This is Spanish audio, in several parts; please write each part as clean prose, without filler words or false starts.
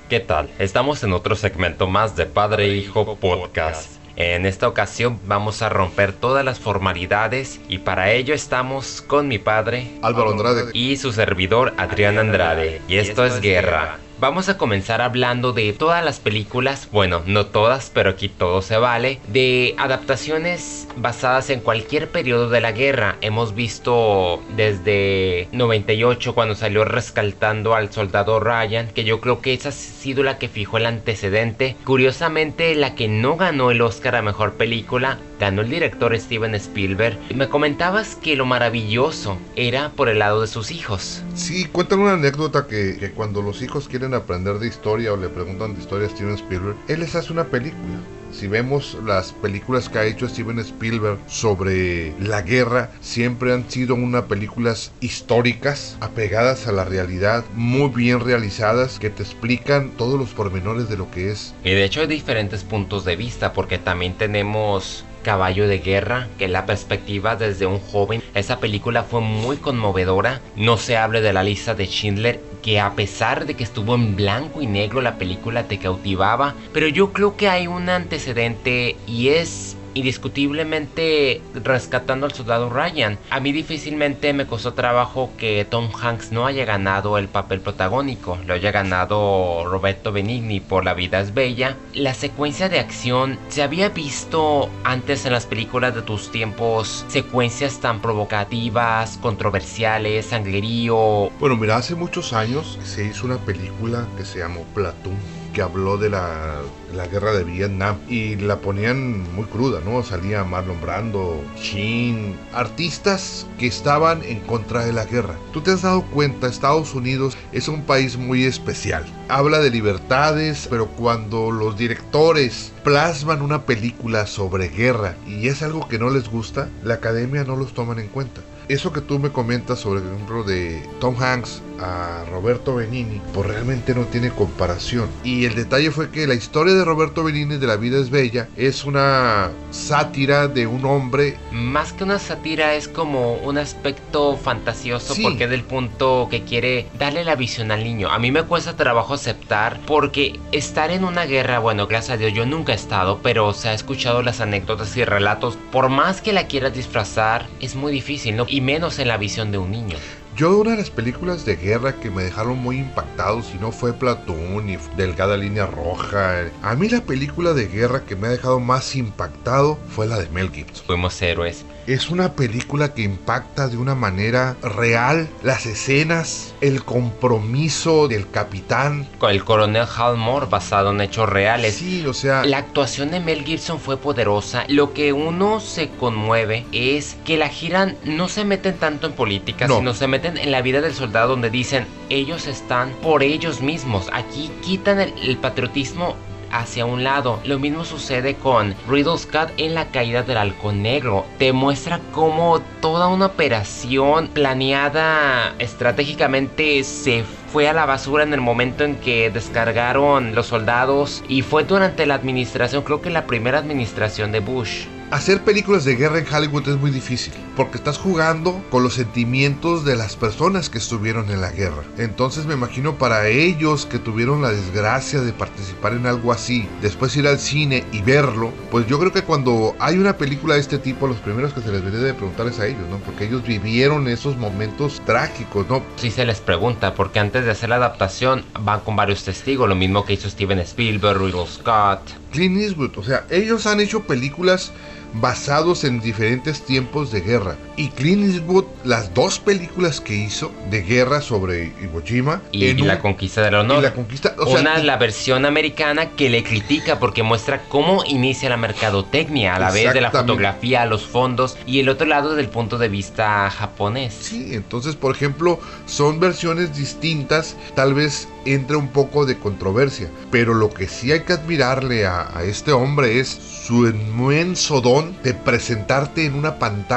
¿Qué tal? Estamos en otro segmento más de Padre e Hijo Podcast. En esta ocasión vamos a romper todas las formalidades y para ello estamos con mi padre Álvaro Andrade y su servidor Adrián Andrade. Y esto es Guerra. Vamos a comenzar hablando de todas las películas, bueno, no todas, pero aquí todo se vale, de adaptaciones basadas en cualquier periodo de la guerra. Hemos visto desde 98 cuando salió Rescatando al Soldado Ryan, que yo creo que esa ha sido la que fijó el antecedente. Curiosamente, la que no ganó el Oscar a Mejor Película, ganó el director Steven Spielberg. Me comentabas que lo maravilloso era por el lado de sus hijos. Sí, cuentan una anécdota que cuando los hijos quieren aprender de historia o le preguntan de historia a Steven Spielberg, él les hace una película. Si vemos las películas que ha hecho Steven Spielberg sobre la guerra, siempre han sido unas películas históricas, apegadas a la realidad, muy bien realizadas, que te explican todos los pormenores de lo que es. Y de hecho hay diferentes puntos de vista, porque también tenemos Caballo de Guerra, que es la perspectiva desde un joven. Esa película fue muy conmovedora. No se hable de La Lista de Schindler, que a pesar de que estuvo en blanco y negro, la película te cautivaba. Pero yo creo que hay un antecedente y es indiscutiblemente Rescatando al Soldado Ryan. A mí difícilmente me costó trabajo que Tom Hanks no haya ganado el papel protagónico, lo haya ganado Roberto Benigni por La Vida es Bella. La secuencia de acción, se había visto antes en las películas de tus tiempos secuencias tan provocativas, controversiales, sangrerío. Bueno, mira, hace muchos años se hizo una película que se llamó Platoon, que habló de la guerra de Vietnam y la ponían muy cruda, ¿no? Salía Marlon Brando, Sheen, artistas que estaban en contra de la guerra. Tú te has dado cuenta, Estados Unidos es un país muy especial. Habla de libertades, pero cuando los directores plasman una película sobre guerra y es algo que no les gusta, la academia no los toman en cuenta. Eso que tú me comentas sobre el ejemplo de Tom Hanks a Roberto Benigni, pues realmente no tiene comparación. Y el detalle fue que la historia de Roberto Benigni de La Vida es Bella es una sátira de un hombre. Más que una sátira, es como un aspecto fantasioso, sí, porque es del punto que quiere darle la visión al niño. A mí me cuesta trabajo aceptar, porque estar en una guerra, bueno, gracias a Dios yo nunca he estado, pero se ha escuchado las anécdotas y relatos. Por más que la quieras disfrazar, es muy difícil, ¿no? Y menos en la visión de un niño. Yo, una de las películas de guerra que me dejaron muy impactado, si no fue Platoon y Delgada Línea Roja, a mí la película de guerra que me ha dejado más impactado fue la de Mel Gibson. Fuimos héroes. Es una película que impacta de una manera real. Las escenas, el compromiso del capitán, con el coronel Hal Moore, basado en hechos reales. Sí, o sea, la actuación de Mel Gibson fue poderosa. Lo que uno se conmueve es que la gira no se meten tanto en política, sino se meten en la vida del soldado, donde dicen ellos están por ellos mismos. Aquí quitan el patriotismo hacia un lado. Lo mismo sucede con Ridley Scott en La Caída del Halcón Negro. Te muestra cómo toda una operación planeada estratégicamente se fue a la basura en el momento en que descargaron los soldados, y fue durante la administración, creo que la primera administración de Bush. Hacer películas de guerra en Hollywood es muy difícil, porque estás jugando con los sentimientos de las personas que estuvieron en la guerra. Entonces me imagino para ellos que tuvieron la desgracia de participar en algo así, después ir al cine y verlo, pues yo creo que cuando hay una película de este tipo, los primeros que se les debería de preguntar es a ellos, ¿no? Porque ellos vivieron esos momentos trágicos, ¿no? Sí se les pregunta, porque antes de hacer la adaptación van con varios testigos, lo mismo que hizo Steven Spielberg, Ridley Scott, Clint Eastwood. O sea, ellos han hecho películas basados en diferentes tiempos de guerra. Y Clint Eastwood, las dos películas que hizo de guerra sobre Iwo Jima y la conquista del honor. Y la conquista, una, la versión americana, que le critica porque muestra cómo inicia la mercadotecnia a la vez de la fotografía, los fondos, y el otro lado del punto de vista japonés. Sí, entonces, por ejemplo, son versiones distintas, tal vez entre un poco de controversia, pero lo que sí hay que admirarle a este hombre es su inmenso don de presentarte en una pantalla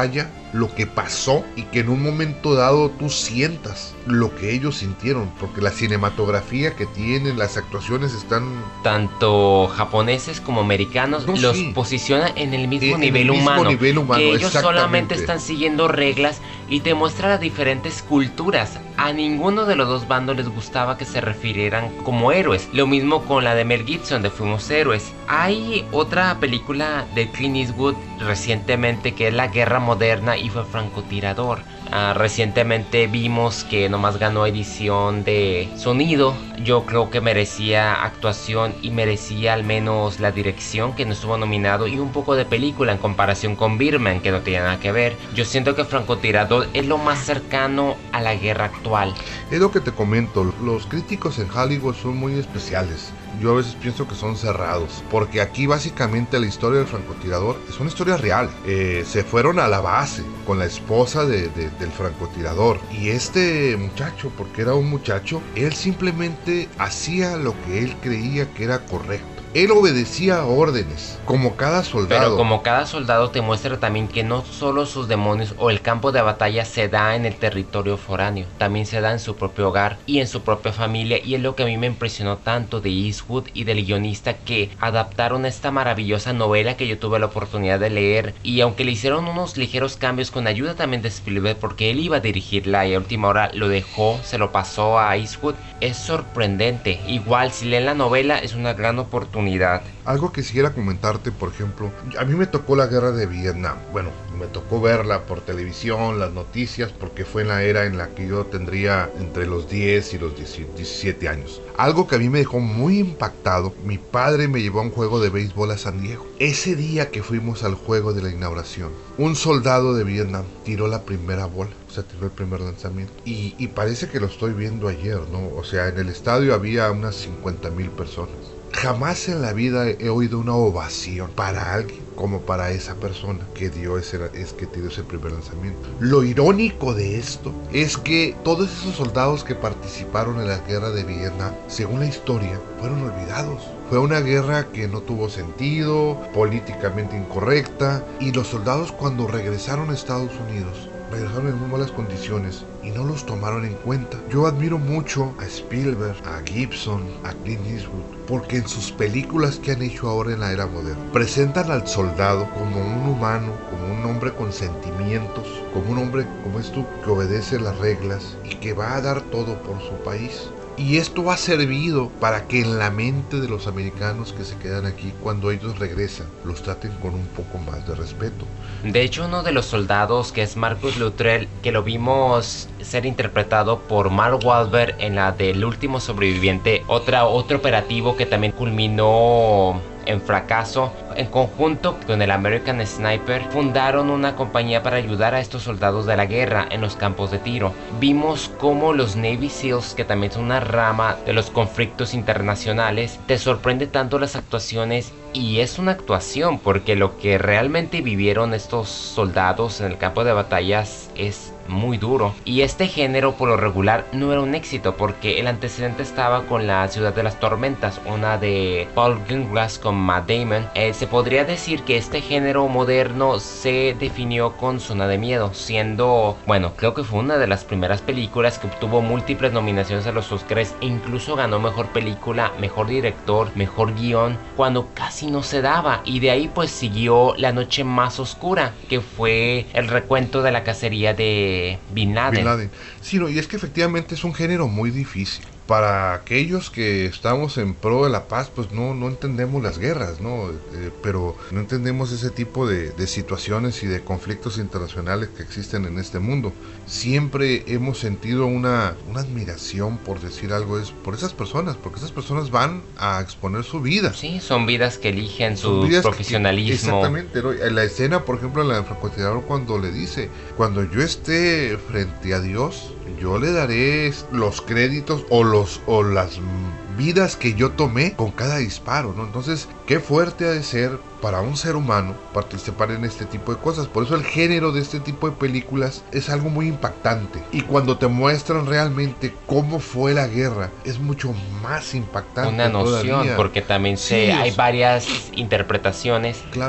lo que pasó y que en un momento dado tú sientas lo que ellos sintieron, porque la cinematografía que tienen, las actuaciones están... Tanto japoneses como americanos los posiciona en el mismo nivel humano, que ellos solamente están siguiendo reglas y te muestra las diferentes culturas. A ninguno de los dos bandos les gustaba que se refirieran como héroes. Lo mismo con la de Mel Gibson de Fuimos Héroes. Hay otra película de Clint Eastwood recientemente que es La Guerra Moderna y fue francotirador. Recientemente vimos que nomás ganó edición de sonido. Yo creo que merecía actuación y merecía al menos la dirección, que no estuvo nominado, y un poco de película en comparación con Birdman, que no tenía nada que ver. Yo siento que francotirador es lo más cercano a la guerra actual. Es lo que te comento, los críticos en Hollywood son muy especiales. Yo a veces pienso que son cerrados, porque aquí básicamente la historia del francotirador es una historia real. Se fueron a la base con la esposa del francotirador, y este muchacho, porque era un muchacho, él simplemente hacía lo que él creía que era correcto. Él obedecía órdenes, como cada soldado. Pero como cada soldado te muestra también que no solo sus demonios o el campo de batalla se da en el territorio foráneo, también se da en su propio hogar y en su propia familia, y es lo que a mí me impresionó tanto de Eastwood y del guionista, que adaptaron esta maravillosa novela que yo tuve la oportunidad de leer, y aunque le hicieron unos ligeros cambios con ayuda también de Spielberg, porque él iba a dirigirla y a última hora lo dejó, se lo pasó a Eastwood, es sorprendente. Igual si leen la novela es una gran oportunidad. Algo que quisiera comentarte, por ejemplo, a mí me tocó la guerra de Vietnam. Bueno, me tocó verla por televisión, las noticias, porque fue en la era en la que yo tendría entre los 10 y los 17 años. Algo que a mí me dejó muy impactado, mi padre me llevó a un juego de béisbol a San Diego. Ese día que fuimos al juego de la inauguración, un soldado de Vietnam tiró la primera bola. O sea, tiró el primer lanzamiento. Y parece que lo estoy viendo ayer, ¿no? O sea, en el estadio había unas 50,000 personas. Jamás en la vida he oído una ovación para alguien como para esa persona que tiró ese primer lanzamiento. Lo irónico de esto es que todos esos soldados que participaron en la guerra de Vietnam, según la historia, fueron olvidados. Fue una guerra que no tuvo sentido, políticamente incorrecta, y los soldados, cuando regresaron a Estados Unidos, regresaron en muy malas condiciones y no los tomaron en cuenta. Yo admiro mucho a Spielberg, a Gibson, a Clint Eastwood, porque en sus películas que han hecho ahora en la era moderna, presentan al soldado como un humano, como un hombre con sentimientos, como un hombre, como es tú, que obedece las reglas y que va a dar todo por su país. Y esto ha servido para que en la mente de los americanos que se quedan aquí, cuando ellos regresan, los traten con un poco más de respeto. De hecho, uno de los soldados, que es Marcus Luttrell, que lo vimos ser interpretado por Mark Wahlberg en la del último sobreviviente, otro operativo que también culminó en fracaso, en conjunto con el American Sniper, fundaron una compañía para ayudar a estos soldados de la guerra en los campos de tiro. Vimos cómo los Navy SEALs, que también son una rama de los conflictos internacionales, te sorprende tanto las actuaciones, y es una actuación porque lo que realmente vivieron estos soldados en el campo de batallas es muy duro. Y este género por lo regular no era un éxito, porque el antecedente estaba con La Ciudad de las Tormentas, una de Paul Greengrass con Matt Damon. Se podría decir que este género moderno se definió con Zona de Miedo, siendo, bueno, creo que fue una de las primeras películas que obtuvo múltiples nominaciones a los Oscars e incluso ganó mejor película, mejor director, mejor guión, cuando casi no se daba. Y de ahí pues siguió La Noche Más Oscura, que fue el recuento de la cacería de Bin Laden. Sí, no, y es que efectivamente es un género muy difícil. Para aquellos que estamos en pro de la paz, pues no entendemos las guerras, ¿no? Pero no entendemos ese tipo de situaciones y de conflictos internacionales que existen en este mundo. Siempre hemos sentido una admiración, por decir algo, es por esas personas, porque esas personas van a exponer su vida. Sí, son vidas que eligen su profesionalismo. Exactamente, ¿no? En la escena, por ejemplo, en la del francotirador, cuando le dice, cuando yo esté frente a Dios, yo le daré los créditos o las vidas que yo tomé con cada disparo, ¿no? Entonces, qué fuerte ha de ser para un ser humano participar en este tipo de cosas. Por eso el género de este tipo de películas es algo muy impactante. Y cuando te muestran realmente cómo fue la guerra, es mucho más impactante. Una noción, todavía. Porque también hay varias interpretaciones. Claro.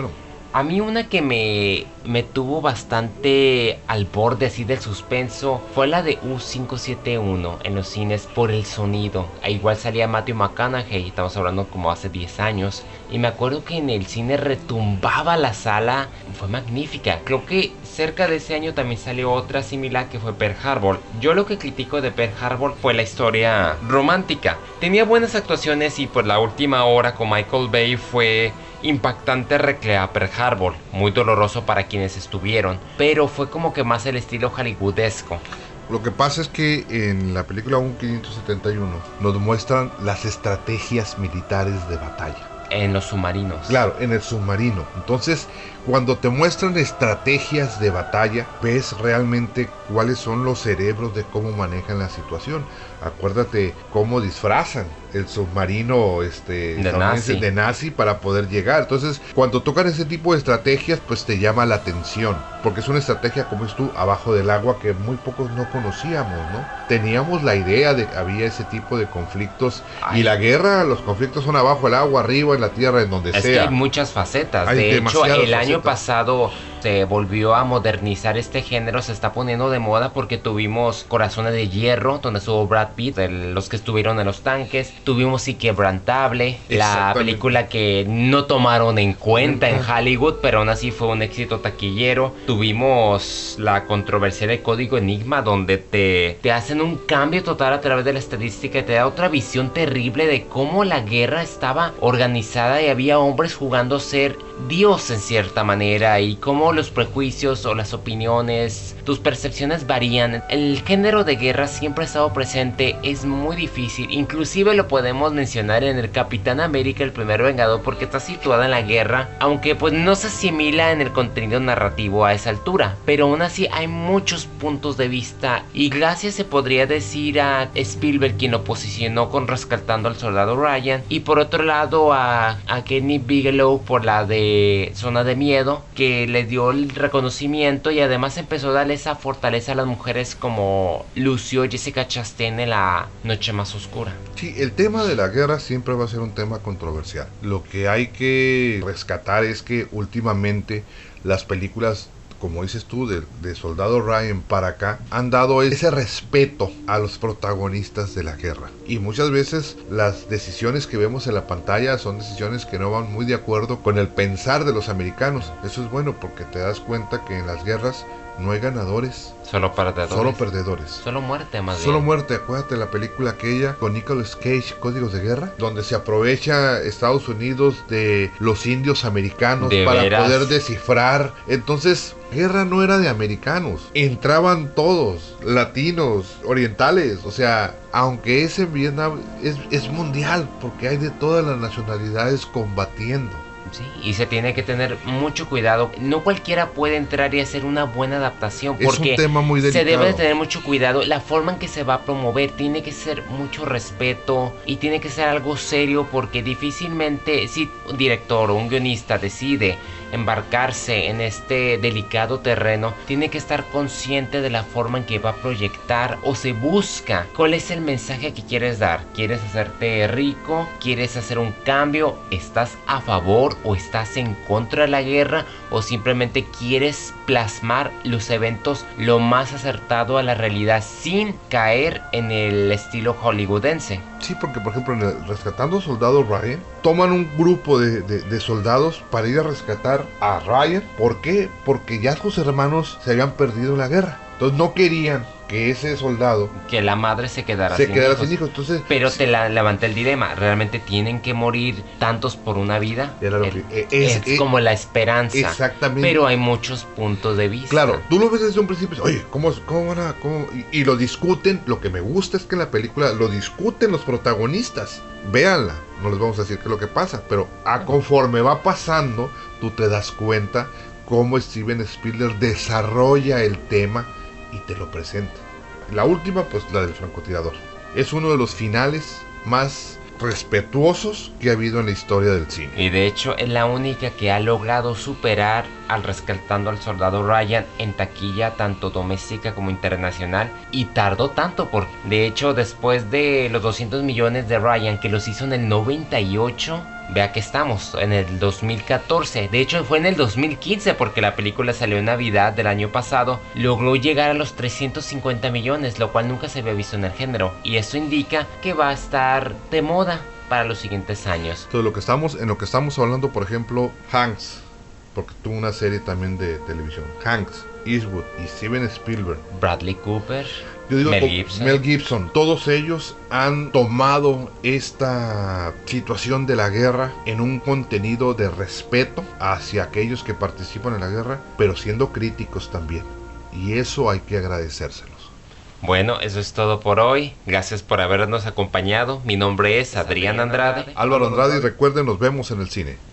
A mí una que me tuvo bastante al borde así del suspenso fue la de U-571 en los cines por el sonido. Igual salía Matthew McConaughey, estamos hablando como hace 10 años. Y me acuerdo que en el cine retumbaba la sala, fue magnífica. Creo que cerca de ese año también salió otra similar que fue Pearl Harbor. Yo lo que critico de Pearl Harbor fue la historia romántica. Tenía buenas actuaciones y por la última hora con Michael Bay fue impactante recrear Pearl Harbor, muy doloroso para quienes estuvieron, pero fue como que más el estilo hollywoodesco. Lo que pasa es que en la película 1571 nos muestran las estrategias militares de batalla. En los submarinos. Claro, en el submarino. Entonces, cuando te muestran estrategias de batalla, ves realmente cuáles son los cerebros de cómo manejan la situación. Acuérdate cómo disfrazan el submarino de nazi para poder llegar. Entonces, cuando tocan ese tipo de estrategias, pues te llama la atención, porque es una estrategia, como es tú, abajo del agua que muy pocos no conocíamos, ¿no? Teníamos la idea de que había ese tipo de conflictos. Y la guerra, los conflictos son abajo del agua, arriba, en la tierra, en donde sea. Es que hay muchas facetas. De hecho, el año pasado se volvió a modernizar este género, se está poniendo de moda porque tuvimos Corazones de Hierro, donde estuvo Brad Pitt, los que estuvieron en los tanques. Tuvimos Inquebrantable, la película que no tomaron en cuenta en Hollywood, pero aún así fue un éxito taquillero. Tuvimos la controversia de Código Enigma, donde te hacen un cambio total a través de la estadística y te da otra visión terrible de cómo la guerra estaba organizada y había hombres jugando a ser Dios en cierta manera, y cómo los prejuicios o las opiniones, tus percepciones varían. El género de guerra siempre ha estado presente, es muy difícil. Inclusive lo podemos mencionar en el Capitán América, el primer Vengador, porque está situada en la guerra, aunque pues no se asimila en el contenido narrativo a esa altura, pero aún así hay muchos puntos de vista, y gracias se podría decir a Spielberg, quien lo posicionó con Rescatando al Soldado Ryan, y por otro lado a Kenny Bigelow por la de Zona de Miedo, que le dio el reconocimiento y además empezó a darle esa fortaleza a las mujeres como lució Jessica Chastain en La Noche Más Oscura. Sí, el tema de la guerra siempre va a ser un tema controversial. Lo que hay que rescatar es que últimamente las películas, como dices tú, de Soldado Ryan para acá, han dado ese respeto a los protagonistas de la guerra. Y muchas veces las decisiones que vemos en la pantalla son decisiones que no van muy de acuerdo con el pensar de los americanos. Eso es bueno porque te das cuenta que en las guerras no hay ganadores. Solo perdedores. Solo perdedores. Solo muerte, más bien. Solo muerte. Acuérdate de la película aquella con Nicolas Cage, Códigos de Guerra, donde se aprovecha Estados Unidos de los indios americanos para poder descifrar. Entonces, guerra no era de americanos. Entraban todos, latinos, orientales. O sea, aunque es en Vietnam, es mundial, porque hay de todas las nacionalidades combatiendo. Sí, y se tiene que tener mucho cuidado. No cualquiera puede entrar y hacer una buena adaptación, porque es un tema muy delicado. Se debe de tener mucho cuidado. La forma en que se va a promover tiene que ser mucho respeto y tiene que ser algo serio, porque difícilmente si un director o un guionista decide embarcarse en este delicado terreno, tiene que estar consciente de la forma en que va a proyectar, o se busca cuál es el mensaje que quieres dar. ¿Quieres hacerte rico? ¿Quieres hacer un cambio? ¿Estás a favor o estás en contra de la guerra? ¿O simplemente quieres plasmar los eventos lo más acertado a la realidad sin caer en el estilo hollywoodense? Sí, porque por ejemplo en el Rescatando al Soldado Ryan, toman un grupo de soldados para ir a rescatar a Ryan. ¿Por qué? Porque ya sus hermanos se habían perdido en la guerra. Entonces no querían que ese soldado, que la madre se quedara sin hijos. Entonces, pero te levanta el dilema, ¿realmente tienen que morir tantos por una vida? Es como la esperanza. Exactamente. Pero hay muchos puntos de vista. Claro, tú lo ves desde un principio, oye, ¿cómo van a...? Y lo discuten. Lo que me gusta es que en la película lo discuten los protagonistas. Véanla, no les vamos a decir qué es lo que pasa, pero conforme va pasando, tú te das cuenta cómo Steven Spielberg desarrolla el tema y te lo presenta. La última, pues la del francotirador, es uno de los finales más respetuosos que ha habido en la historia del cine. Y de hecho es la única que ha logrado superar al Rescatando al Soldado Ryan en taquilla tanto doméstica como internacional, y tardó tanto de hecho después de los 200 millones de Ryan, que los hizo en el 98, vea que estamos en el 2014. De hecho fue en el 2015 porque la película salió en Navidad del año pasado. Logró llegar a los 350 millones, lo cual nunca se había visto en el género. Y esto indica que va a estar de moda para los siguientes años. Entonces, en lo que estamos hablando, por ejemplo, Hanks, porque tuvo una serie también de televisión. Hanks, Eastwood y Steven Spielberg. Bradley Cooper. Yo digo, Mel Gibson. Todos ellos han tomado esta situación de la guerra en un contenido de respeto hacia aquellos que participan en la guerra, pero siendo críticos también. Y eso hay que agradecérselos. Bueno, eso es todo por hoy. Gracias por habernos acompañado. Mi nombre es Adrián Andrade. Álvaro Andrade, y recuerden, nos vemos en el cine.